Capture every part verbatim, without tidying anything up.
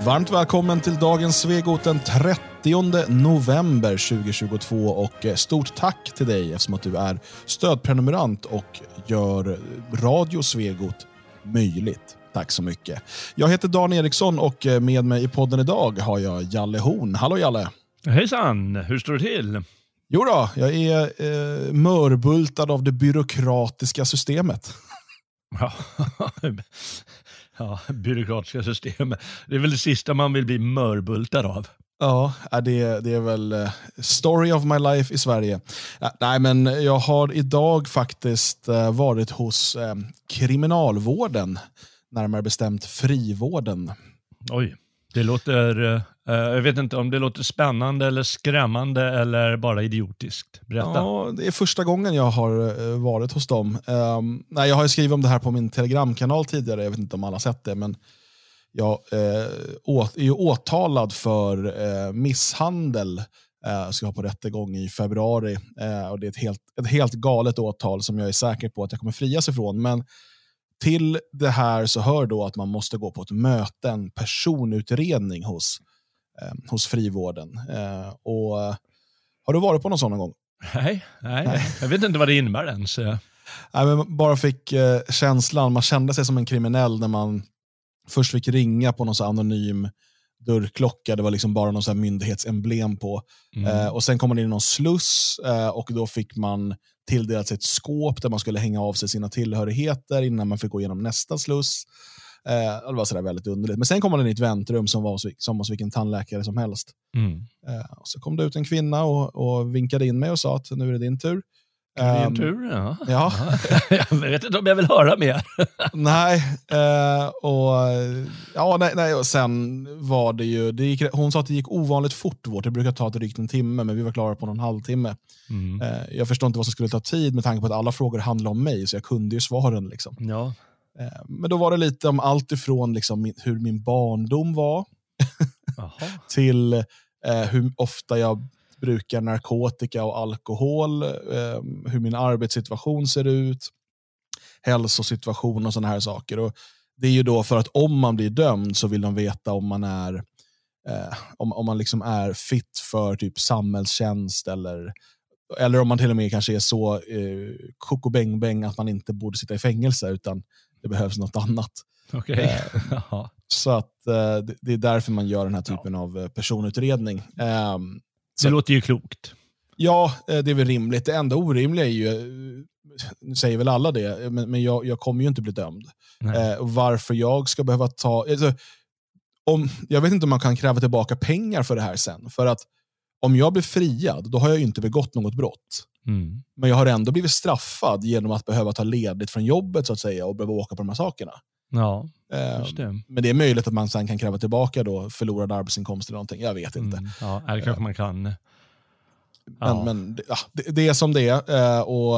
Varmt välkommen till dagens Svegot den trettionde november tjugohundratjugotvå och stort tack till dig eftersom att du är stödprenumerant och gör Radio Svegot möjligt. Tack så mycket. Jag heter Dan Eriksson och med mig i podden idag har jag Jalle Horn. Hallå Jalle! Hejsan, hur står det till? Jo då, jag är eh, mörbultad av det byråkratiska systemet. Ja, ja, byråkratiska systemet. Det är väl det sista man vill bli mörbultad av. Ja, det, det är väl story of my life i Sverige. Nej, men jag har idag faktiskt varit hos eh, kriminalvården, närmare bestämt frivården. Oj, det låter, eh, jag vet inte om det låter spännande eller skrämmande eller bara idiotiskt. Berätta. Ja, det är första gången jag har varit hos dem. Um, nej, jag har skrivit om det här på min Telegramkanal tidigare, jag vet inte om alla har sett det, men jag eh, å, är ju åtalad för eh, misshandel. Eh, ska ha på rättegång i februari. Eh, och det är ett helt, ett helt galet åtal som jag är säker på att jag kommer frias ifrån. Men till det här så hör då att man måste gå på ett möte, en personutredning hos, eh, hos frivården. Eh, och har du varit på någon sån någon gång? Nej, nej, nej. Jag vet inte vad det innebär ens. Nej, men bara fick eh, känslan, man kände sig som en kriminell när man först fick ringa på någon så anonym dörrklocka. Det var liksom bara någon så här myndighetsemblem på. Mm. Eh, och sen kom man in i någon sluss eh, och då fick man tilldelat sig ett skåp där man skulle hänga av sig sina tillhörigheter innan man fick gå igenom nästa sluss. Eh, det var sådär väldigt underligt. Men sen kom man in i ett väntrum som var som hos vilken tandläkare som helst. Mm. Eh, och så kom det ut en kvinna och, och vinkade in mig och sa att nu är det din tur. Det är din tur, ja. ja. Jag vet inte om jag vill höra mer. nej, eh, och ja, nej, nej, och sen var det ju, det gick, hon sa att det gick ovanligt fort vårt. Det brukar ta drygt en timme, men vi var klara på en halvtimme. Mm. Eh, jag förstår inte vad som skulle ta tid med tanke på att alla frågor handlar om mig, så jag kunde ju svaren liksom. Ja. Eh, men då var det lite om allt ifrån liksom min, hur min barndom var till eh, hur ofta jag brukar narkotika och alkohol, eh, hur min arbetssituation ser ut, hälsosituation och såna här saker. Och det är ju då för att om man blir dömd så vill de veta om man är eh, om, om man liksom är fit för typ samhällstjänst eller, eller om man till och med kanske är så eh, kokobäng-bäng att man inte borde sitta i fängelse utan det behövs något annat. Okay. Eh, så att eh, det, det är därför man gör den här typen ja. av personutredning. Eh, Det låter ju klokt. Ja, det är väl rimligt. Det enda orimliga är ju, nu säger väl alla det, men, men jag, jag kommer ju inte bli dömd. Eh, och varför jag ska behöva ta... Alltså, om, jag vet inte om man kan kräva tillbaka pengar för det här sen. För att om jag blir friad, då har jag ju inte begått något brott. Mm. Men jag har ändå blivit straffad genom att behöva ta ledigt från jobbet så att säga och behöva åka på de här sakerna. Ja, just det. Men det är möjligt att man sen kan kräva tillbaka då förlorad arbetsinkomst eller någonting. Jag vet inte. Mm, ja, det kanske man kan. Men, ja. men ja, det, det är som det är. Och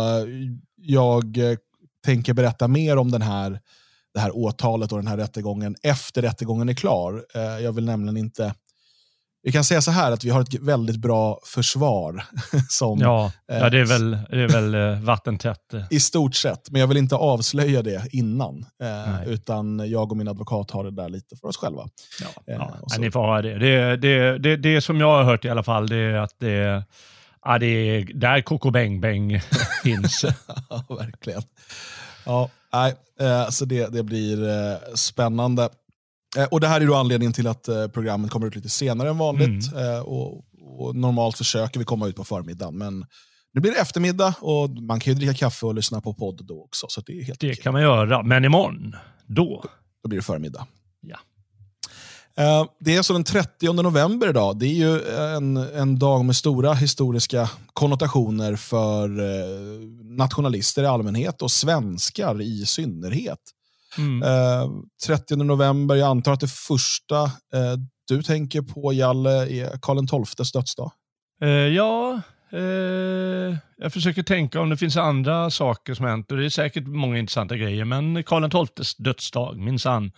jag tänker berätta mer om den här, det här åtalet och den här rättegången efter rättegången är klar. Jag vill nämligen inte... Vi kan säga så här att vi har ett väldigt bra försvar. Som, ja, ja, det är väl, det är väl vattentätt. I stort sett, men jag vill inte avslöja det innan. Eh, utan jag och min advokat har det där lite för oss själva. Ja, eh, ja, ni får ha det. Det, det, det. det som jag har hört i alla fall, det är att det, ja, det är där kokobäng-bäng finns. Ja, verkligen. Ja, nej, eh, så det, det blir eh, spännande. Och det här är då anledningen till att programmet kommer ut lite senare än vanligt. Mm. Och, och normalt försöker vi komma ut på förmiddagen. Men nu blir det eftermiddag och man kan ju dricka kaffe och lyssna på podd då också. Så det är helt det okej. Kan man göra, men imorgon, då? Då blir det förmiddag. Ja. Det är så den trettionde november idag. Det är ju en, en dag med stora historiska konnotationer för nationalister i allmänhet och svenskar i synnerhet. Mm. Uh, trettionde november, jag antar att det första uh, du tänker på, Jalle, är Karl den tolftes dödsdag. Uh, ja, uh, jag försöker tänka om det finns andra saker som hänt. Och det är säkert många intressanta grejer, men Karl den tolftes dödsdag, minsann.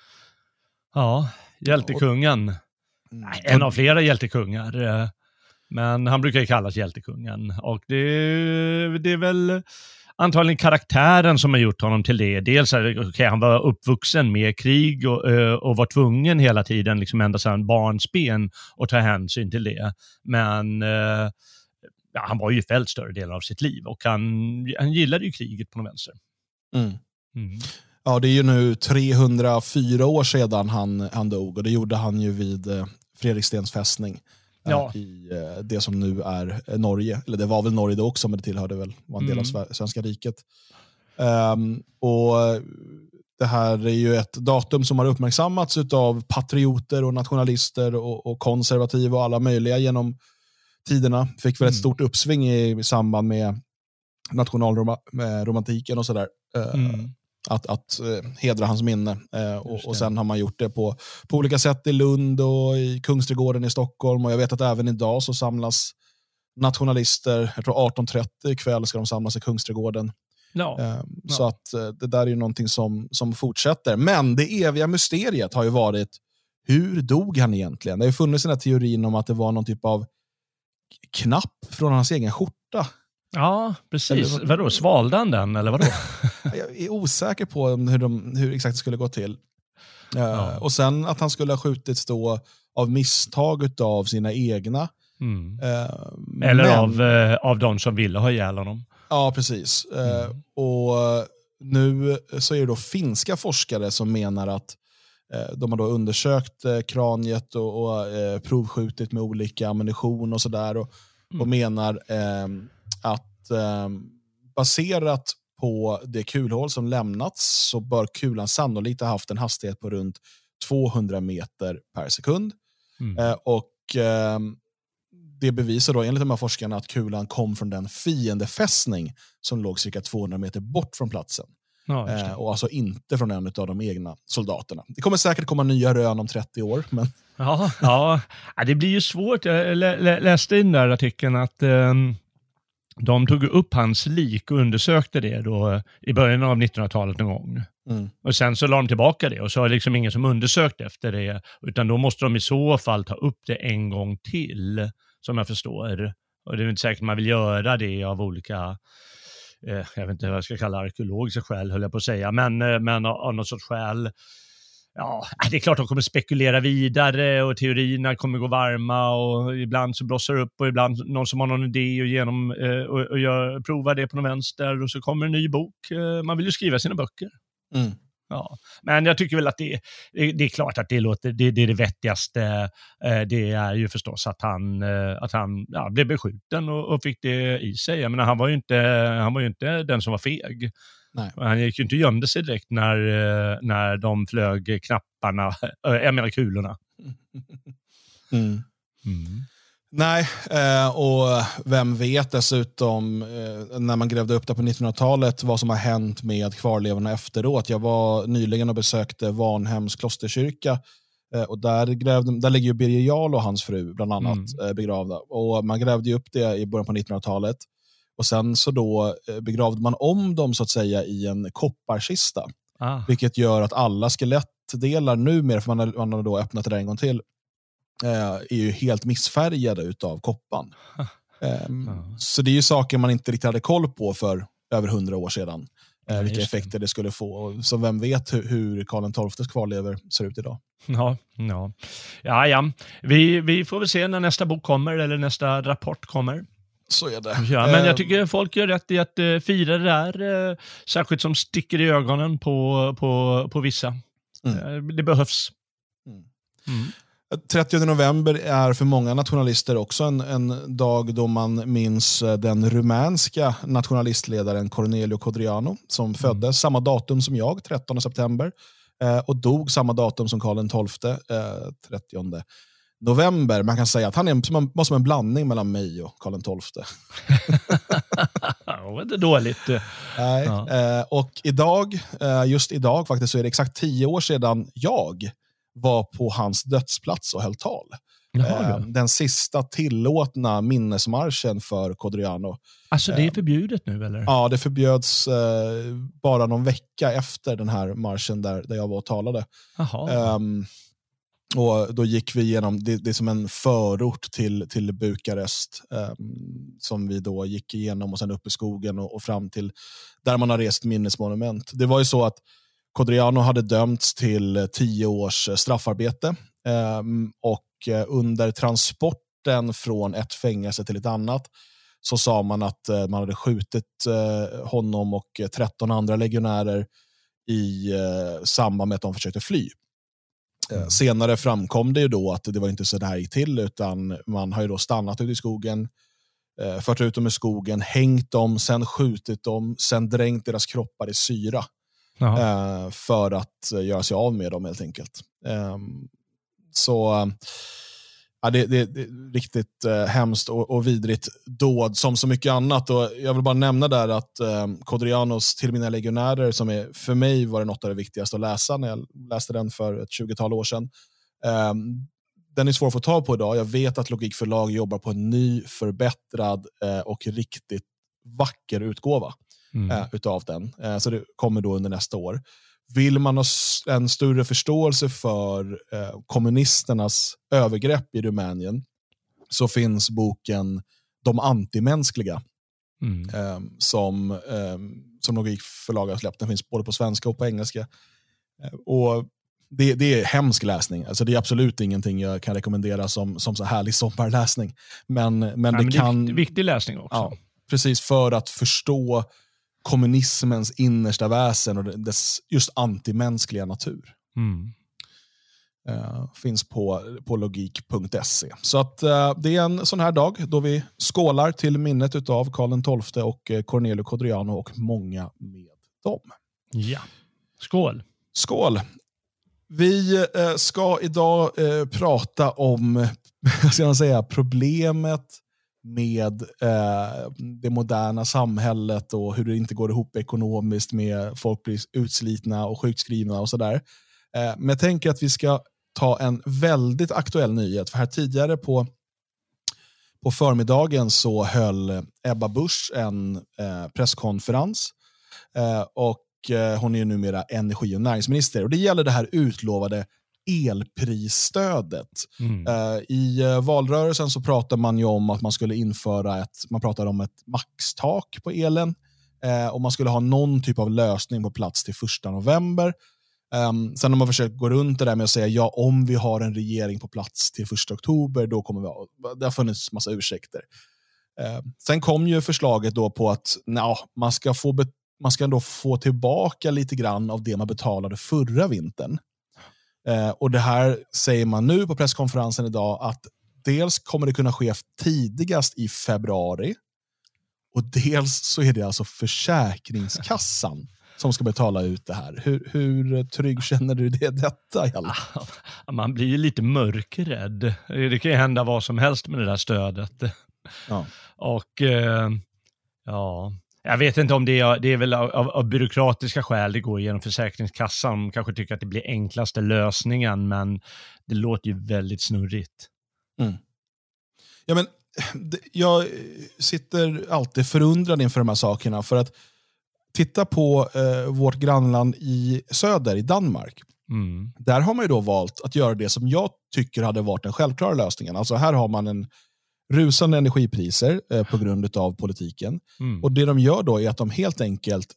Ja, hjältekungen. Mm. Nej, en av flera hjältekungar. Uh, men han brukar ju kallas hjältekungen. Och det, det är väl... antagligen karaktären som har gjort honom till det. Dels är det, okay, han var uppvuxen med krig och, och var tvungen hela tiden, liksom ända sedan barnsben, att ta hänsyn till det. Men ja, han var ju fälld större delen av sitt liv och han, han gillade ju kriget på något vänster. Mm. Mm. Ja, det är ju nu trehundrafyra år sedan han, han dog och det gjorde han ju vid eh, Fredrikstens fästning. Ja. I eh, det som nu är eh, Norge. Eller det var väl Norge då också, men det tillhörde väl, var en del mm. av Svenska riket. Um, och det här är ju ett datum som har uppmärksammats av patrioter och nationalister och, och konservativa och alla möjliga genom tiderna. Fick väl ett mm. stort uppsving i, i samband med nationalromantiken och sådär. Uh, mm. Att, att uh, hedra hans minne. Uh, och, och sen har man gjort det på, på olika sätt i Lund och i Kungsträdgården i Stockholm. Och jag vet att även idag så samlas nationalister, jag tror arton trettio ikväll ska de samlas i Kungsträdgården. No. Uh, no. Så att uh, det där är ju någonting som, som fortsätter. Men det eviga mysteriet har ju varit, hur dog han egentligen? Det har ju funnits den här teorin om att det var någon typ av knapp från hans egen skjorta. Ja, precis. Eller, vadå, svalde han den eller vadå? Jag är osäker på hur, de, hur exakt det skulle gå till. Ja. Uh, och sen att han skulle ha skjutits då av misstag av sina egna. Mm. Uh, eller men, av, uh, av de som ville ha ihjäl honom. Ja, precis. Uh, mm. Och nu så är det då finska forskare som menar att uh, de har då undersökt uh, kraniet och, och uh, provskjutit med olika ammunition och sådär. Och, mm. och menar uh, att uh, baserat på det kulhål som lämnats så bör kulan sannolikt ha haft en hastighet på runt tvåhundra meter per sekund. Mm. Uh, och uh, det bevisar då enligt de här forskarna att kulan kom från den fiendefästning som låg cirka tvåhundra meter bort från platsen. Ja, eh, och alltså inte från en av de egna soldaterna. Det kommer säkert komma nya rön om trettio år. Men... Ja, ja, det blir ju svårt. Jag lä- läste i den där artikeln att eh, de tog upp hans lik och undersökte det då i början av nittonhundratalet någon gång. Mm. Och sen så la de tillbaka det och så är det liksom ingen som undersökt efter det, utan då måste de i så fall ta upp det en gång till, som jag förstår. Och det är inte säkert man vill göra det av olika, eh, jag vet inte vad jag ska kalla arkeologiska skäl, höll jag på att säga, men, men av, av något sorts skäl. Ja, det är klart de kommer spekulera vidare och teorierna kommer gå varma och ibland så blossar det upp och ibland någon som har någon idé och, genom, eh, och, och gör, provar det på någon vänster och så kommer en ny bok. Eh, man vill ju skriva sina böcker. Mm. Ja, men jag tycker väl att det, det är klart att det låter det, det är det vettigaste. Det är ju förstås att han att han ja, blev beskjuten och, och fick det i sig. Jag menar, han var ju inte han var ju inte den som var feg. Nej. Han gick ju inte och gömde sig direkt när när de flög knapparna, jag menar kulorna. Mm. Mm. Nej, och vem vet dessutom när man grävde upp det på nittonhundratalet vad som har hänt med kvarlevorna efteråt. Jag var nyligen och besökte Varnhems klosterkyrka och där, grävde, där ligger ju Birger Jarl och hans fru bland annat mm. begravda. Och man grävde upp det i början på nittonhundratalet och sen så då begravde man om dem så att säga i en kopparkista. Ah. Vilket gör att alla skelettdelar numera, för man har, man har då öppnat det där en gång till, är ju helt missfärgade utav koppan. um, mm. Så det är ju saker man inte riktigt hade koll på för över hundra år sedan. Ja, vilka effekter det skulle få. Så vem vet hur, hur Karl den tolftes kvarlever ser ut idag. Ja, ja. ja, ja. Vi, vi får väl se när nästa bok kommer eller nästa rapport kommer. Så är det. Ja, men jag tycker folk gör rätt i att uh, fira det där. Uh, särskilt som sticker i ögonen på, på, på vissa. Mm. Uh, det behövs. Mm. Mm. trettionde november är för många nationalister också en, en dag då man minns den rumänska nationalistledaren Corneliu Codreanu som föddes mm. samma datum som jag, trettonde september, eh, och dog samma datum som Karl den tolfte, eh, trettionde november. Man kan säga att han är som, var som en blandning mellan mig och Karl den tolfte. Det var inte dåligt. Nej, ja. eh, och idag, eh, just idag faktiskt, så är det exakt tio år sedan jag var på hans dödsplats och höll tal. Eh, den sista tillåtna minnesmarschen för Codreanu. Alltså det är förbjudet nu eller? Ja, det förbjöds eh, bara någon vecka efter den här marschen där, där jag var och talade. Jaha. Um, Och då gick vi igenom, det, det är som en förort till, till Bukarest eh, som vi då gick igenom och sen upp i skogen och, och fram till där man har rest minnesmonument. Det var ju så att Codriano hade dömts till tio års straffarbete eh, och under transporten från ett fängelse till ett annat så sa man att eh, man hade skjutit eh, honom och tretton andra legionärer i eh, samband med att de försökte fly. Mm. Senare framkom det ju då att det var inte så där gick till, utan man har ju då stannat ute i skogen, eh, fört ut dem i skogen, hängt dem, sen skjutit dem, sen dränkt deras kroppar i syra eh, för att eh, göra sig av med dem helt enkelt. Eh, så ja, det, det, det är riktigt eh, hemskt och, och vidrigt dåd som så mycket annat. Och jag vill bara nämna där att eh, Codrianos Till mina legionärer, som är, för mig var det något av det viktigaste att läsa när jag läste den för ett tjugotal år sedan. Eh, den är svår att få tag på idag. Jag vet att Logikförlag jobbar på en ny, förbättrad eh, och riktigt vacker utgåva mm. eh, utav den. Eh, så det kommer då under nästa år. Vill man ha en större förståelse för eh, kommunisternas övergrepp i Rumänien så finns boken De antimänskliga mm. eh, som, eh, som Logikförlag har släppt. Den finns både på svenska och på engelska. Eh, och det, det är hemsk läsning. Alltså det är absolut ingenting jag kan rekommendera som, som så härlig sommarläsning. Men, men, Nej, det, men kan... Det är viktig läsning också. Ja, precis, för att förstå kommunismens innersta väsen och dess just antimänskliga natur. Mm. Uh, finns på, på logik punkt se. Så att uh, det är en sån här dag då vi skålar till minnet utav Karl den tolfte och uh, Cornelio Codriano och många med dem. Ja, skål. Skål. Vi uh, ska idag uh, prata om ska man säga, problemet med eh, det moderna samhället och hur det inte går ihop ekonomiskt med folk blir utslitna och sjukskrivna och sådär. Eh, men jag tänker att vi ska ta en väldigt aktuell nyhet. För här tidigare på, på förmiddagen så höll Ebba Busch en eh, presskonferens eh, och eh, hon är ju numera energi- och näringsminister. Och det gäller det här utlovade elprisstödet. Mm. Uh, I uh, valrörelsen så pratar man ju om att man skulle införa ett, man pratar om ett maxtak på elen uh, och man skulle ha någon typ av lösning på plats till första november. Um, sen har man försökt gå runt det där med att säga ja, om vi har en regering på plats till första oktober, då kommer vi ha, det har funnits massa ursäkter. Uh, sen kom ju förslaget då på att na, man ska få be- man ska då få tillbaka lite grann av det man betalade förra vintern. Eh, och det här säger man nu på presskonferensen idag att dels kommer det kunna ske tidigast i februari och dels så är det alltså Försäkringskassan som ska betala ut det här. Hur, hur trygg känner du det detta i alla fall? Man blir ju lite mörkrädd. Det kan ju hända vad som helst med det där stödet. Ja. Och eh, ja... Jag vet inte om det är, det är väl av, av byråkratiska skäl det går genom Försäkringskassan. De kanske tycker att det blir enklaste lösningen, men det låter ju väldigt snurrigt. Mm. Ja, men jag sitter alltid förundrad inför de här sakerna, för att titta på eh, vårt grannland i söder, i Danmark. Mm. Där har man ju då valt att göra det som jag tycker hade varit den självklara lösningen. Alltså här har man en rusande energipriser eh, på grund av politiken. Mm. Och det de gör då är att de helt enkelt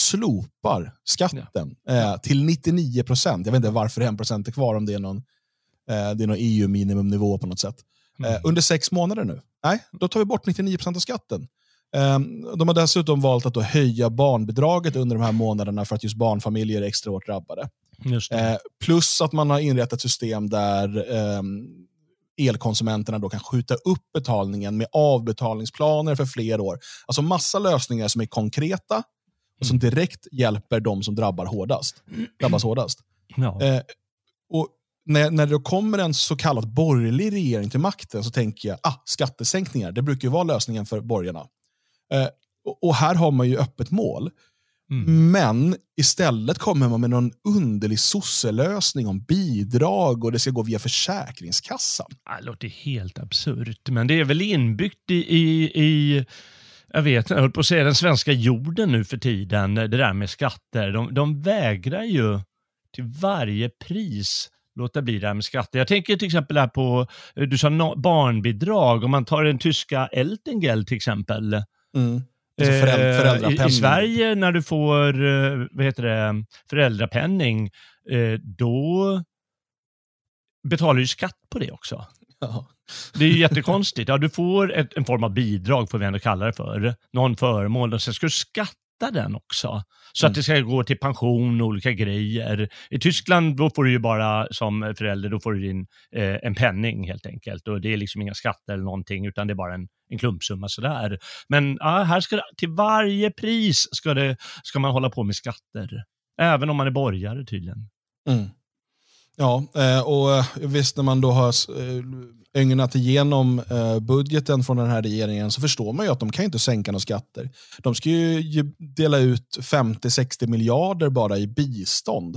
slopar skatten ja. eh, till nittionio procent. Jag vet inte varför en procent är kvar, om det är någon, eh, det är någon E U-minimumnivå på något sätt. Mm. Eh, under sex månader nu. Nej, då tar vi bort nittionio procent av skatten. Eh, de har dessutom valt att då höja barnbidraget under de här månaderna för att just barnfamiljer är extra hårt drabbade. Just eh, plus att man har inrättat ett system där eh, elkonsumenterna då kan skjuta upp betalningen med avbetalningsplaner för fler år. Alltså massa lösningar som är konkreta och som direkt hjälper de som drabbar hårdast, drabbas hårdast. Ja. Eh, och när, när det kommer en så kallad borgerlig regering till makten så tänker jag, ah, skattesänkningar, det brukar ju vara lösningen för borgarna. Eh, och, och här har man ju öppet mål. Mm. Men istället kommer man med någon underlig sosselösning om bidrag och det ska gå via Försäkringskassan. Det låter helt absurt, men det är väl inbyggt i, i, i jag vet, jag höll på att säga den svenska jorden nu för tiden, det där med skatter. De, de vägrar ju till varje pris låta bli det här med skatter. Jag tänker till exempel här på, du sa no- barnbidrag, om man tar den tyska Eltengeld till exempel. Mm. Alltså föräldra, föräldrapenning. I, I Sverige när du får vad heter det, föräldrapenning, då betalar du skatt på det också. Ja. Det är ju jättekonstigt. Ja, du får ett, en form av bidrag, får vi ändå kalla det för. Någon förmån, och sen ska du skatta den också. Så mm. att det ska gå till pension och olika grejer. I Tyskland då får du ju bara som förälder, då får du din, eh, en penning helt enkelt. Och det är liksom inga skatter eller någonting, utan det är bara en, en klumpsumma sådär. Men ja, här ska det, till varje pris ska, det, ska man hålla på med skatter. Även om man är borgare tydligen. Mm. Ja, och visst, när man då har ögnat igenom budgeten från den här regeringen så förstår man ju att de kan inte sänka några skatter. De ska ju dela ut femtio till sextio miljarder bara i bistånd.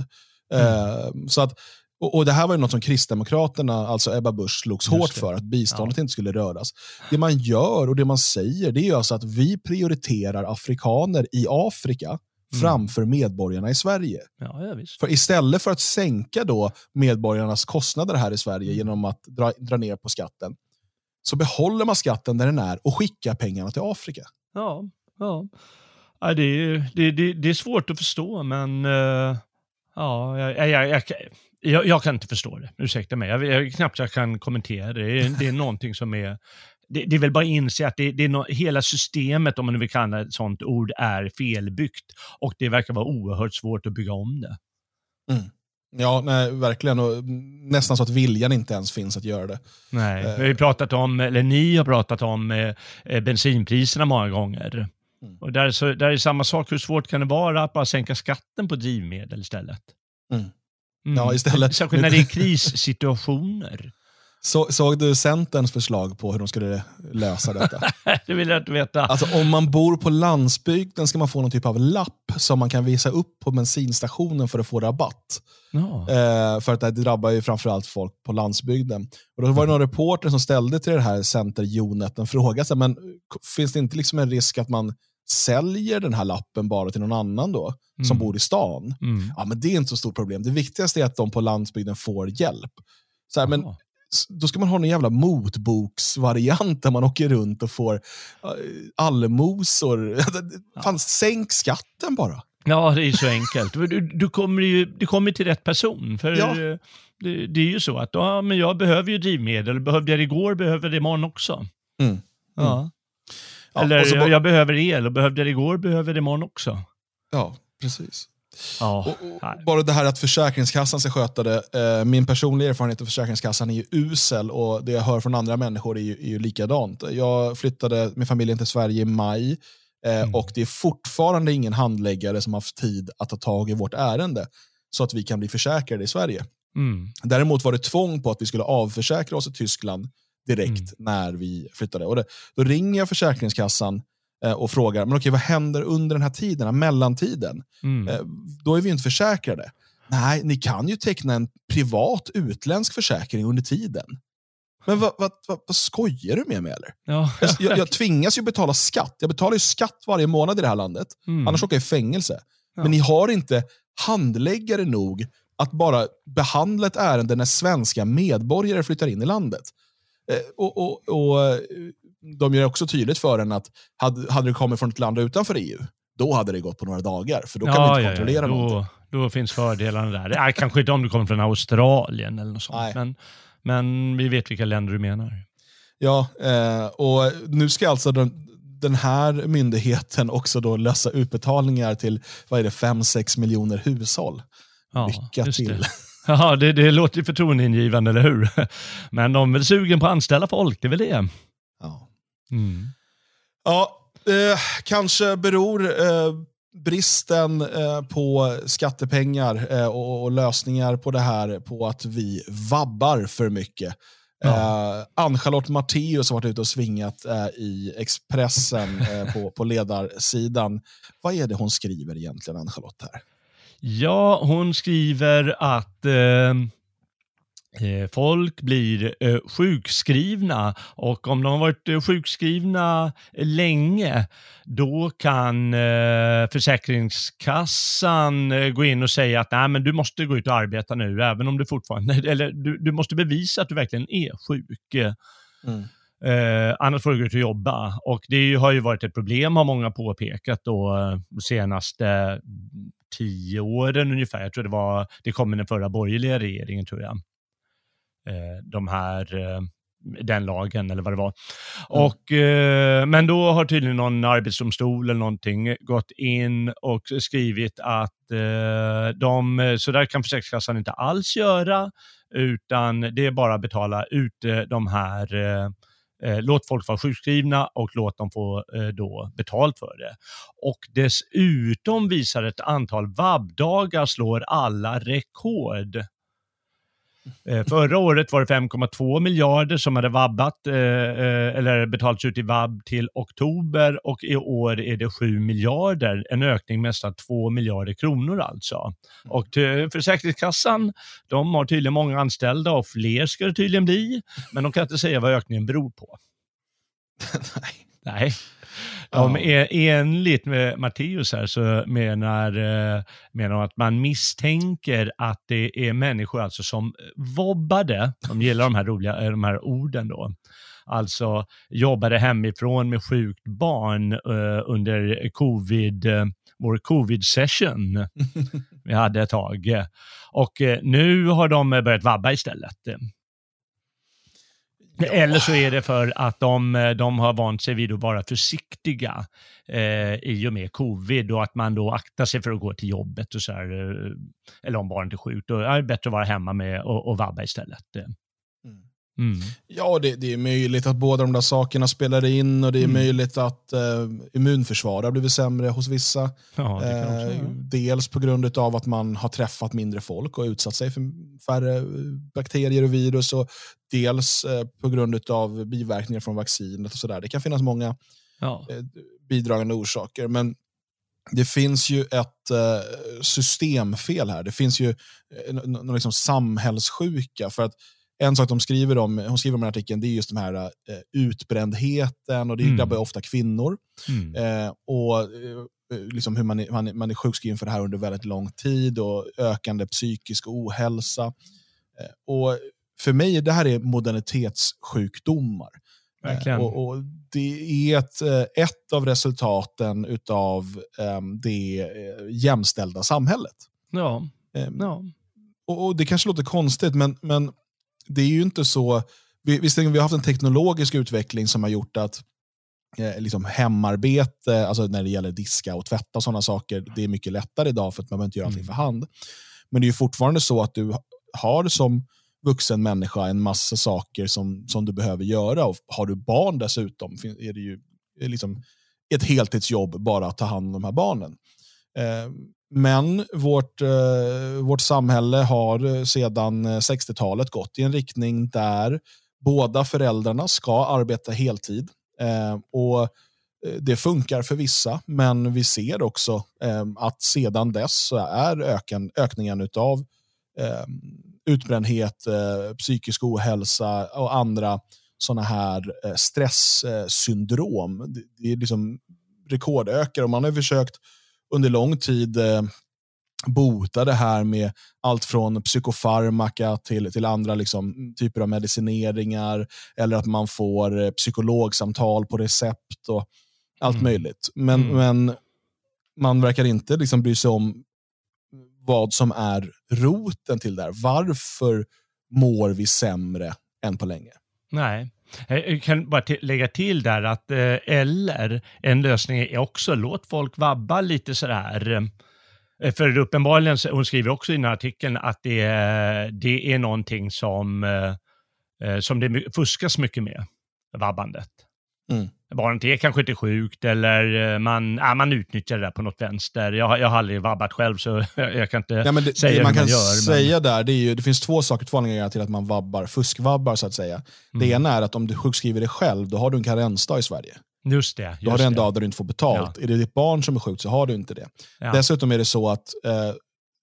Mm. Så att, och det här var ju något som Kristdemokraterna, alltså Ebba Busch, slogs hårt för, att biståndet ja. inte skulle röras. Det man gör och det man säger, det är ju alltså att vi prioriterar afrikaner i Afrika Mm. framför medborgarna i Sverige. Ja, ja, visst. För istället för att sänka då medborgarnas kostnader här i Sverige genom att dra, dra ner på skatten, så behåller man skatten där den är och skickar pengarna till Afrika. Ja, ja. ja det, är, det, det, det är svårt att förstå, men uh, ja, jag, jag, jag, jag, jag kan inte förstå det. Ursäkta mig. Jag, jag, knappt jag kan kommentera det. Det är, det är någonting som är Det, det är väl bara att inse att det, det är no, hela systemet, om man nu vill kalla ett sånt ord, är felbyggt. Och det verkar vara oerhört svårt att bygga om det. Mm. Ja, nej, verkligen. Och nästan så att viljan inte ens finns att göra det. Nej, vi har ju pratat om, eller ni har pratat om eh, bensinpriserna många gånger. Mm. Och där, så, där är samma sak. Hur svårt kan det vara att bara sänka skatten på drivmedel istället? Mm. Mm. Ja, istället. Särskilt när det är krissituationer. Så, såg du Centerns förslag på hur de skulle lösa detta? Det vill jag inte veta. Alltså, om man bor på landsbygden ska man få någon typ av lapp som man kan visa upp på bensinstationen för att få rabatt. Ja. Eh, för att det drabbar ju framförallt folk på landsbygden. Och då var det någon reporter som ställde till det här Center-Jonet en fråga. Så, men finns det inte liksom en risk att man säljer den här lappen bara till någon annan då, mm. som bor i stan? Mm. Ja, men det är inte så stort problem. Det viktigaste är att de på landsbygden får hjälp. Så här, men då ska man ha en jävla motboksvariant där man åker runt och får allmosor. Fan, ja. Sänk skatten bara. Ja, det är så enkelt. Du, du, kommer ju, du kommer till rätt person. För ja. det, det är ju så att ja, men jag behöver ju drivmedel. Behövde jag det igår, behöver det imorgon också. Mm. Mm. Ja. Ja, Eller och så jag, jag behöver el och behövde det igår, behöver det imorgon också. Ja, precis. Ja, och, och bara det här att Försäkringskassan ska sköta det. Eh, min personliga erfarenhet av Försäkringskassan är ju usel, och det jag hör från andra människor är ju, är ju likadant. Jag flyttade med familjen till Sverige i maj eh, mm. och det är fortfarande ingen handläggare som har haft tid att ta tag i vårt ärende så att vi kan bli försäkrade i Sverige. Mm. Däremot var det tvång på att vi skulle avförsäkra oss i Tyskland direkt mm. när vi flyttade. Och det, då ringer jag Försäkringskassan och frågar, men okej, vad händer under den här tiden, mellantiden? Mm. Eh, då är vi inte försäkrade. Nej, ni kan ju teckna en privat utländsk försäkring under tiden. Men vad, vad, vad, vad skojar du med mig eller? Ja. jag, jag tvingas ju betala skatt. Jag betalar ju skatt varje månad i det här landet. Mm. Annars åker jag i fängelse. Ja. Men ni har inte handläggare nog att bara behandla ett ärende när svenska medborgare flyttar in i landet. Eh, och... och, och de gör också tydligt för en att hade, hade det kommit från ett land utanför E U, då hade det gått på några dagar. För då kan ja, vi inte kontrollera ja, ja. Då, någonting. Då finns fördelarna där. Ja, kanske inte om du kommer från Australien eller något sånt. Men, men vi vet vilka länder du menar. Ja, eh, och nu ska alltså den, den här myndigheten också då lösa utbetalningar till, vad är det, fem sex miljoner hushåll. Ja, lycka till. Det. Ja, det, det låter ju förtroendeingivande, eller hur? Men de är sugen på att anställa folk, det är väl det. Ja. Mm. Ja, eh, kanske beror eh, bristen eh, på skattepengar eh, och, och lösningar på det här på att vi vabbar för mycket. Ja. Eh, Ann-Charlotte Matteus har varit ute och svingat eh, i Expressen eh, på, på ledarsidan. Vad är det hon skriver egentligen, Ann-Charlotte, här? Ja, hon skriver att... Eh... Folk blir eh, sjukskrivna, och om de har varit eh, sjukskrivna länge, då kan eh, Försäkringskassan eh, gå in och säga att nej, men du måste gå ut och arbeta nu, även om du fortfarande, eller du, du måste bevisa att du verkligen är sjuk. Mm. Eh, annars får du gå ut och jobba. Och det har ju varit ett problem, har många påpekat då, de senaste tio åren ungefär. Jag tror det var, det kom med den förra borgerliga regeringen, tror jag. De här, den lagen eller vad det var. Mm. Och, men då har tydligen någon arbetsdomstol eller någonting gått in och skrivit att de, så där kan Försäkringskassan inte alls göra, utan det är bara att betala ut de här, låt folk vara sjukskrivna och låt dem få då betalt för det. Och dessutom visar ett antal vabbdagar slår alla rekord. Förra året var det fem komma två miljarder som hade vabbat eh, eller betalats ut i vabb till oktober, och i år är det sju miljarder, en ökning med nästan två miljarder kronor alltså. Och till Försäkringskassan, de har tydligen många anställda och fler ska det tydligen bli, men de kan inte säga vad ökningen beror på. Nej. Nej. Ja, men enligt med Matteus här så menar, menar att man misstänker att det är människor alltså som vobbade, de gillar de här roliga de här orden då, alltså jobbade hemifrån med sjukt barn uh, under covid, uh, vår covid-session vi hade ett tag, och uh, nu har de börjat vabba istället. Ja. Eller så är det för att de, de har vant sig vid att vara försiktiga eh, i och med covid, och att man då aktar sig för att gå till jobbet och så här, eh, eller om barnet är sjukt, och är det bättre att vara hemma med och, och vabba istället. Mm. Mm. Ja, det, det är möjligt att båda de där sakerna spelar in, och det är mm. möjligt att eh, immunförsvaret har blivit sämre hos vissa. Ja, det kan också, eh, ja. Dels på grund av att man har träffat mindre folk och utsatt sig för färre bakterier och virus, och dels eh, på grund av biverkningar från vaccinet och sådär. Det kan finnas många ja. eh, bidragande orsaker, men det finns ju ett eh, systemfel här. Det finns ju eh, någon liksom samhällssjuka, för att en sak de skriver om, hon skriver om den artikeln, det är just de här eh, utbrändheten, och det mm. drabbar ofta kvinnor. Mm. Eh, och eh, liksom hur man är, man, är, man är sjukskriven för det här under väldigt lång tid, och ökande psykisk ohälsa. Eh, och för mig, det här är modernitetssjukdomar. Verkligen. Eh, och, och det är ett, ett av resultaten utav eh, det eh, jämställda samhället. Ja. Eh, ja. Och, och det kanske låter konstigt, men, men det är ju inte så. Vi, visst, vi har haft en teknologisk utveckling som har gjort att eh, liksom hemarbete, alltså när det gäller diska och tvätta och sådana saker, det är mycket lättare idag för att man behöver inte göra allting för hand. Men det är ju fortfarande så att du har som vuxen människa en massa saker som, som du behöver göra, och har du barn dessutom är det ju liksom ett heltidsjobb bara att ta hand om de här barnen. Eh, Men vårt, eh, vårt samhälle har sedan sextiotalet gått i en riktning där båda föräldrarna ska arbeta heltid. Eh, och det funkar för vissa, men vi ser också eh, att sedan dess så är öken, ökningen utav eh, utbrändhet, eh, psykisk ohälsa och andra sådana här eh, stresssyndrom. Det, det är liksom rekordökar, och man har försökt under lång tid eh, bota det här med allt från psykofarmaka till, till andra liksom, typer av medicineringar, eller att man får eh, psykologsamtal på recept och allt mm. möjligt. Men, mm. men man verkar inte liksom bry sig om vad som är roten till det här. Varför mår vi sämre än på länge? Nej. Jag kan bara t- lägga till där att eh, eller en lösning är också låt folk vabba lite sådär. Eh, för uppenbarligen, hon skriver också i den här artikeln att det, det är någonting som, eh, som det fuskas mycket med, vabbandet. Mm. Barnet är kanske inte sjukt, eller man, äh, man utnyttjar det där på något vänster. Jag, jag har aldrig vabbat själv, så jag, jag kan inte ja, men det, säga det man hur man kan gör. Säga men... där, det, är ju, det finns två saker, två anledningar till att man vabbar, fuskvabbar så att säga. Mm. Det ena är att om du sjukskriver dig själv, då har du en karensdag i Sverige. Just det. Just då har du en det. dag där du inte får betalt. Ja. Är det ditt barn som är sjukt så har du inte det. Ja. Dessutom är det så att eh,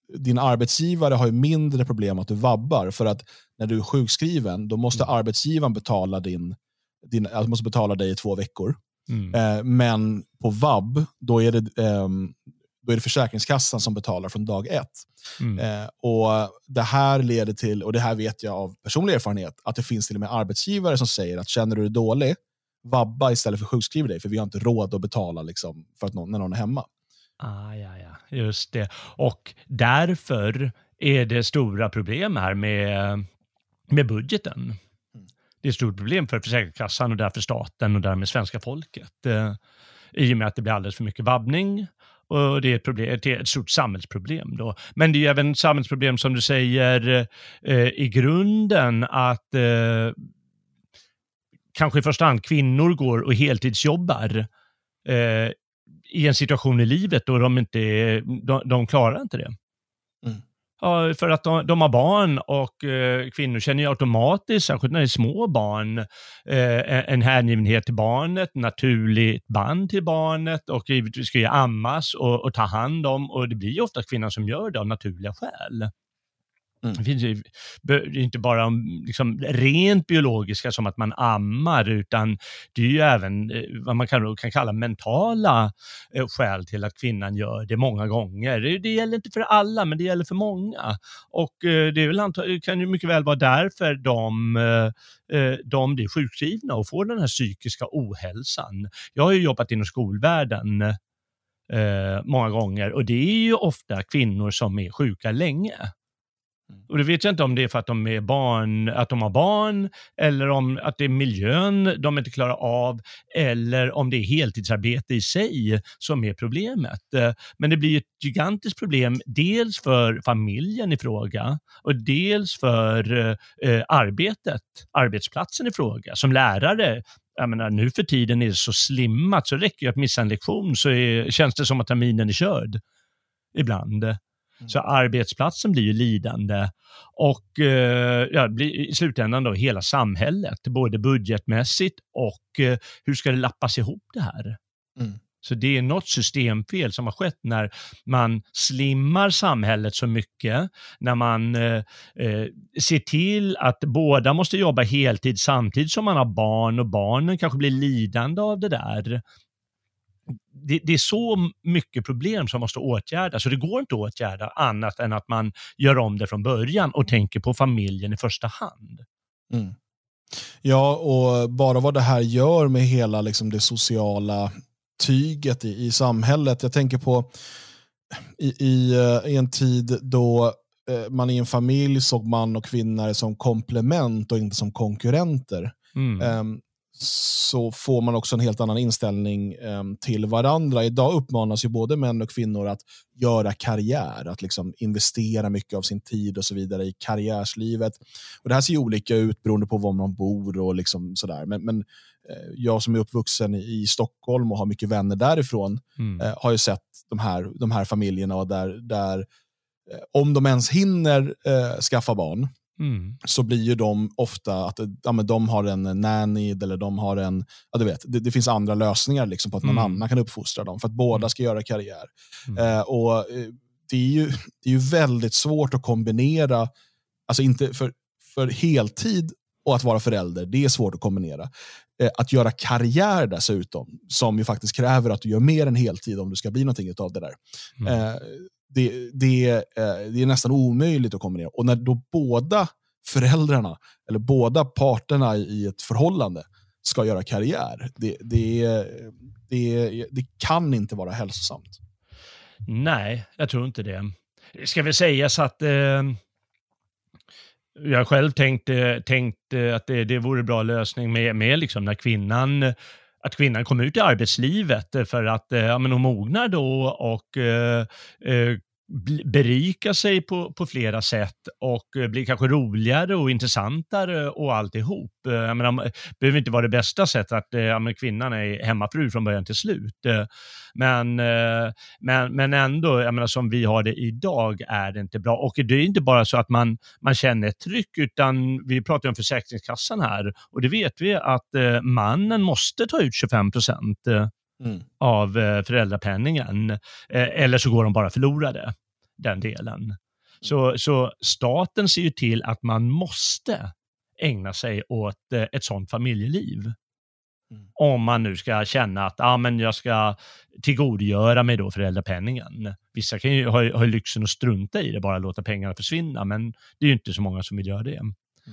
din arbetsgivare har ju mindre problem att du vabbar, för att när du är sjukskriven då måste mm. arbetsgivaren betala din, din alltså måste betala dig i två veckor. Mm. Eh, men på vab då är det eh, då är det Försäkringskassan som betalar från dag ett. Mm. Eh, och det här leder till, och det här vet jag av personlig erfarenhet, att det finns till och med arbetsgivare som säger att känner du dig dålig, vabba istället för sjukskriva dig, för vi har inte råd att betala liksom, för att någon, när någon är hemma. Ah, ja, ja, just det. Och därför är det stora problem här med, med budgeten. Mm. Det är ett stort problem för Försäkringskassan och därför staten och därmed svenska folket. Eh, I och med att det blir alldeles för mycket vabbning. Och det är ett, problem, det är ett stort samhällsproblem då. Men det är även ett samhällsproblem som du säger eh, i grunden att eh, kanske i första hand kvinnor går och heltidsjobbar eh, i en situation i livet då de inte de, de klarar inte det. Mm. Ja, för att de, de har barn och eh, kvinnor känner ju automatiskt, särskilt när det är små barn, eh, en hängivenhet till barnet, naturligt band till barnet och givetvis ska ju ammas och, och ta hand om, och det blir ju ofta kvinnan som gör det av naturliga skäl. Mm. Det finns ju det är inte bara liksom rent biologiska som att man ammar, utan det är ju även vad man kan, kan kalla mentala skäl till att kvinnan gör det många gånger. Det, det gäller inte för alla, men det gäller för många. Och det, är väl antag- det kan ju mycket väl vara därför de, de blir sjukskrivna och får den här psykiska ohälsan. Jag har ju jobbat inom skolvärlden eh, många gånger, och det är ju ofta kvinnor som är sjuka länge. Och det vet jag inte om det är för att de är barn, att de har barn, eller om att det är miljön de inte klarar av, eller om det är heltidsarbete i sig som är problemet. Men det blir ett gigantiskt problem dels för familjen i fråga och dels för eh, arbetet, arbetsplatsen i fråga. Som lärare, jag menar, nu för tiden är det så slimmat så räcker det att missa en lektion så är, känns det som att terminen är körd ibland. Mm. Så arbetsplatsen blir ju lidande och eh, ja, blir i slutändan då hela samhället, både budgetmässigt och eh, hur ska det lappas ihop det här? Mm. Så det är något systemfel som har skett när man slimmar samhället så mycket, när man eh, eh, ser till att båda måste jobba heltid samtidigt som man har barn, och barnen kanske blir lidande av det där. Det, det är så mycket problem som måste åtgärdas, så det går inte att åtgärda annat än att man gör om det från början och tänker på familjen i första hand. Mm. Ja, och bara vad det här gör med hela liksom, det sociala tyget i, i samhället. Jag tänker på i, i, i en tid då eh, man i en familj såg man och kvinnor som komplement och inte som konkurrenter. Mm. Um, så får man också en helt annan inställning eh, till varandra. Idag uppmanas ju både män och kvinnor att göra karriär, att liksom investera mycket av sin tid och så vidare i karriärslivet. Och det här ser ju olika ut beroende på var man bor och liksom sådär. Men, men eh, jag som är uppvuxen i, i Stockholm och har mycket vänner därifrån mm. eh, har ju sett de här, de här familjerna och där, där eh, om de ens hinner eh, skaffa barn Mm. så blir ju de ofta att ja, men de har en nanny eller de har en, ja du vet, det, det finns andra lösningar liksom på att någon mm. annan kan uppfostra dem för att båda ska göra karriär. Mm. Eh, och eh, det är ju det är ju väldigt svårt att kombinera, alltså inte för, för heltid och att vara förälder, det är svårt att kombinera. Eh, att göra karriär dessutom, som ju faktiskt kräver att du gör mer än heltid om du ska bli någonting av det där. Mm. Eh, Det, det, det är nästan omöjligt att kombinera. Och när då båda föräldrarna eller båda parterna i ett förhållande ska göra karriär, det, det, det, det kan inte vara hälsosamt. Nej, jag tror inte det. Ska vi säga så att eh, jag själv tänkte, tänkte att det, det vore en bra lösning med, med liksom när kvinnan att kvinnan kommer ut i arbetslivet för att ja, men hon mognar då och eh, berika sig på, på flera sätt och blir kanske roligare och intressantare och alltihop. Jag menar, det behöver inte vara det bästa sättet att ja, men kvinnan är hemmafru från början till slut. Men, men, men ändå, jag menar, som vi har det idag är det inte bra. Och det är inte bara så att man, man känner ett tryck, utan vi pratar om Försäkringskassan här och det vet vi att mannen måste ta ut tjugofem procent Mm. av föräldrapenningen, eller så går de bara förlorade. den delen. Så, så staten ser ju till att man måste ägna sig åt ett sånt familjeliv. Mm. Om man nu ska känna att ah, men jag ska tillgodogöra mig då föräldrapenningen. Vissa kan ju ha, ha lyxen att strunta i det, bara låta pengarna försvinna, men det är ju inte så många som vill göra det. Mm.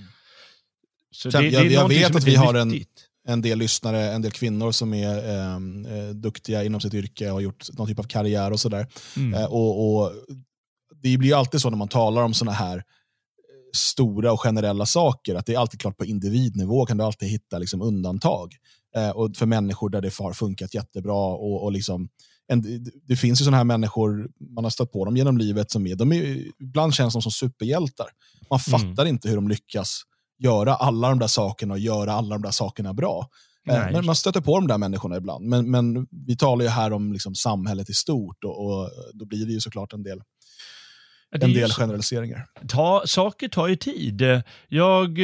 Så det, jag, det är jag vet att vi har en, en del lyssnare, en del kvinnor som är eh, duktiga inom sitt yrke och har gjort någon typ av karriär och sådär. Mm. Eh, och, och det blir ju alltid så när man talar om såna här stora och generella saker, att det är alltid klart på individnivå kan du alltid hitta liksom undantag. Eh, och för människor där det har funkat jättebra och, och liksom en, det finns ju såna här människor, man har stött på dem genom livet som är, de är ibland känns de som superhjältar. Man fattar mm. inte hur de lyckas göra alla de där sakerna och göra alla de där sakerna bra. Eh, men man stöter på de där människorna ibland. Men, men vi talar ju här om liksom samhället i stort och, och då blir det ju såklart en del en del generaliseringar. Ta, saker tar ju tid. Jag,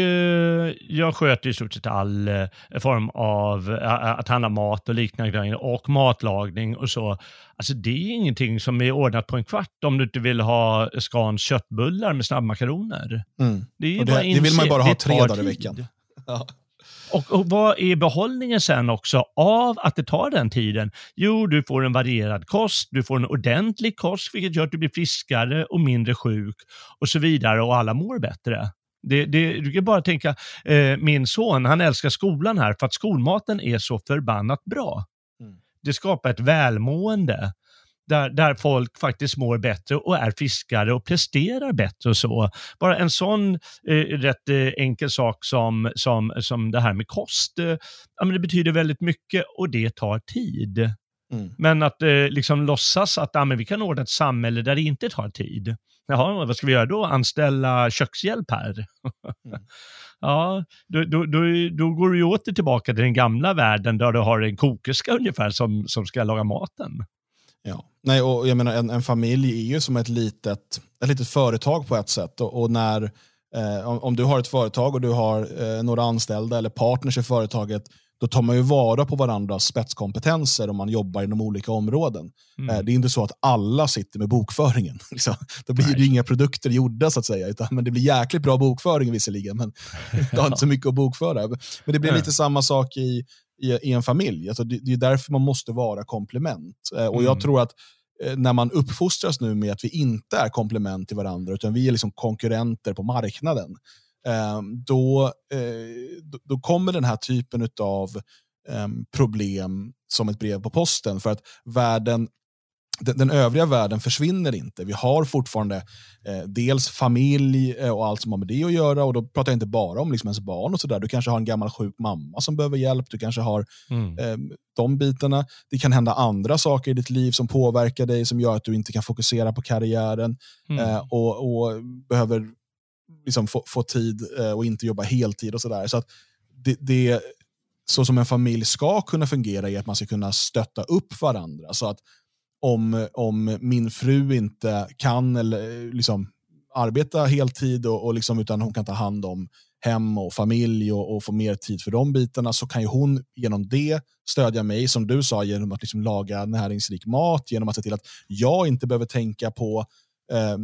jag sköter i stort sett all form av att handla mat och liknande grejer och matlagning och så. Alltså det är ingenting som är ordnat på en kvart om du inte vill ha Scans köttbullar med snabbmakaroner. Mm. Det, är det, bara det vill man ju bara ha tre dagar i veckan. Ja. Och, och vad är behållningen sen också av att det tar den tiden? Jo, du får en varierad kost, du får en ordentlig kost, vilket gör att du blir friskare och mindre sjuk och så vidare, och alla mår bättre. Det, det, du kan bara tänka, eh, min son, han älskar skolan här för att skolmaten är så förbannat bra. Mm. Det skapar ett välmående. Där, där folk faktiskt mår bättre och är friskare och presterar bättre och så. Bara en sån eh, rätt eh, enkel sak som, som, som det här med kost. Eh, ja, men det betyder väldigt mycket och det tar tid. Mm. Men att eh, liksom låtsas att ja, men vi kan ordna ett samhälle där det inte tar tid. Jaha, vad ska vi göra då? Anställa kökshjälp här? Mm. Ja, då, då, då, då går du ju åter tillbaka till den gamla världen där du har en kokerska ungefär som, som ska laga maten. Ja, nej, och jag menar en, en familj är ju som ett litet, ett litet företag på ett sätt, och, och när eh, om, om du har ett företag och du har eh, några anställda eller partners i företaget, då tar man ju vara på varandras spetskompetenser om man jobbar inom olika områden. Mm. Eh, det är inte så att alla sitter med bokföringen. Liksom. Då blir det inga produkter gjorda så att säga, utan, men det blir jäkligt bra bokföring visserligen, men det har inte så mycket att bokföra. Men det blir lite samma sak i I, i en familj. Alltså det, det är därför man måste vara komplement. Eh, och mm. jag tror att eh, när man uppfostras nu med att vi inte är komplement till varandra utan vi är liksom konkurrenter på marknaden, eh, då, eh, då, då kommer den här typen av eh, problem som ett brev på posten, för att världen, den, den övriga världen försvinner inte. Vi har fortfarande eh, dels familj eh, och allt som har med det att göra, och då pratar jag inte bara om liksom ens barn och sådär. Du kanske har en gammal sjuk mamma som behöver hjälp, du kanske har mm. eh, de bitarna. Det kan hända andra saker i ditt liv som påverkar dig, som gör att du inte kan fokusera på karriären mm. eh, och, och behöver liksom få, få tid eh, och inte jobba heltid och sådär. Så att det, det så som en familj ska kunna fungera är att man ska kunna stötta upp varandra, så att Om, om min fru inte kan eller liksom arbeta heltid och, och liksom, utan hon kan ta hand om hem och familj och, och få mer tid för de bitarna, så kan ju hon genom det stödja mig, som du sa, genom att liksom laga näringsrik mat, genom att se till att jag inte behöver tänka på eh,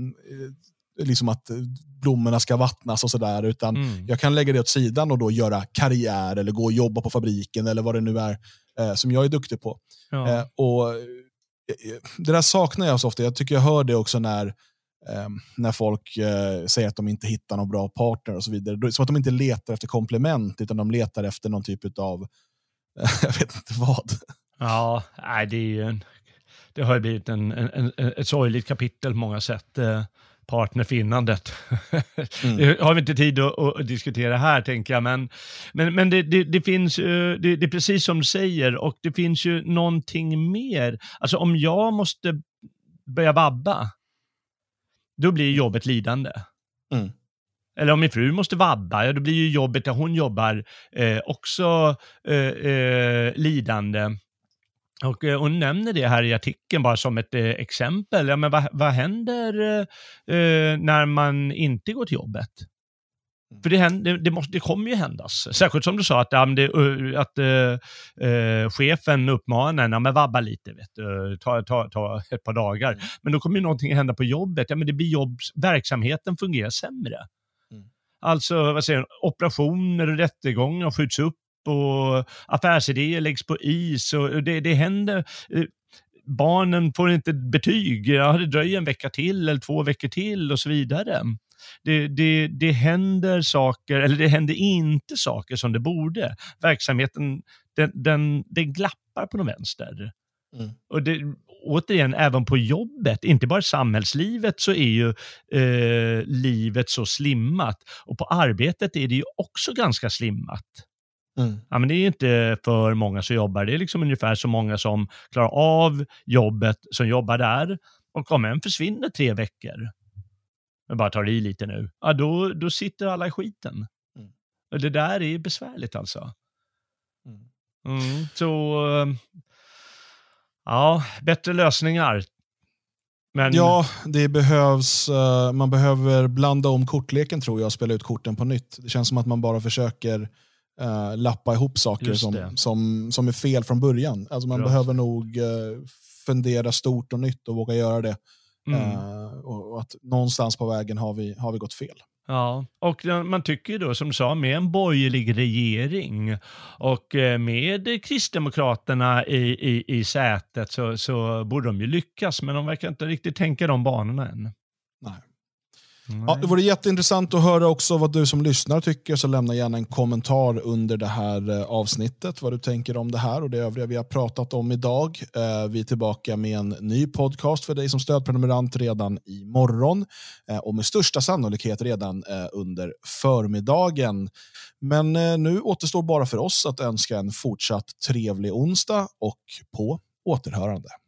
liksom att blommorna ska vattnas och sådär, utan mm. jag kan lägga det åt sidan och då göra karriär eller gå och jobba på fabriken eller vad det nu är eh, som jag är duktig på. Ja. Eh, och det där saknar jag så ofta. Jag tycker jag hör det också när, eh, när folk eh, säger att de inte hittar någon bra partner och så vidare. Som att de inte letar efter komplement, utan de letar efter någon typ av eh, jag vet inte vad. Ja, nej, det är ju en, det har ju blivit en, en, en, ett sorgligt kapitel på många sätt. Eh, partnerfinnandet. Mm. Det har vi inte tid att, att diskutera här, tänker jag. Men, men, men det, det, det finns det, det är precis som du säger, och det finns ju någonting mer. Alltså om jag måste börja vabba, då blir jobbet lidande. Mm. Eller om min fru måste vabba, ja, då blir ju jobbet där hon jobbar eh, också eh, eh, lidande. Och eh, hon nämner det här i artikeln bara som ett eh, exempel. Ja, men vad, vad händer eh, när man inte går till jobbet? För det, händer, det, måste, det kommer ju händas. Särskilt som du sa att, ja, det, att äh, äh, chefen uppmanar en ja, men vabba lite, vet du, ta, ta, ta ett par dagar. Mm. Men då kommer ju någonting hända på jobbet. Ja, men det blir jobb, verksamheten fungerar sämre. Mm. Alltså, vad säger jag, operationer och rättegångar skjuts upp och affärsidéer läggs på is. Och det, det händer... Barnen får inte betyg. Ja, det dröjer en vecka till eller två veckor till och så vidare. Det, det, det händer saker, eller det händer inte saker som det borde. Verksamheten, den, den, den glappar på någon vänster. Mm. Och det, återigen, även på jobbet, inte bara i samhällslivet, så är ju eh, livet så slimmat. Och på arbetet är det ju också ganska slimmat. Mm. Ja, men det är inte för många som jobbar. Det är liksom ungefär så många som klarar av jobbet som jobbar där. Och om en försvinner tre veckor, jag bara tar i lite nu, ja, då, då sitter alla i skiten. Mm. Och det där är besvärligt alltså. Mm. Mm, så ja, bättre lösningar. Men... Ja, det behövs, uh, man behöver blanda om kortleken, tror jag, och spela ut korten på nytt. Det känns som att man bara försöker Uh, lappa ihop saker som, som, som är fel från början. Alltså man Bra. behöver nog uh, fundera stort och nytt och våga göra det. Mm. Uh, och, och att någonstans på vägen har vi, har vi gått fel. Ja, och man tycker ju då, som du sa, med en borgerlig regering och med Kristdemokraterna i, i, i sätet så, så borde de ju lyckas, men de verkar inte riktigt tänka de banorna än. Nej. Ja, det vore jätteintressant att höra också vad du som lyssnar tycker, så lämna gärna en kommentar under det här avsnittet, vad du tänker om det här och det övriga vi har pratat om idag. Vi är tillbaka med en ny podcast för dig som stödprenumerant redan imorgon och med största sannolikhet redan under förmiddagen. Men nu återstår bara för oss att önska en fortsatt trevlig onsdag och på återhörande.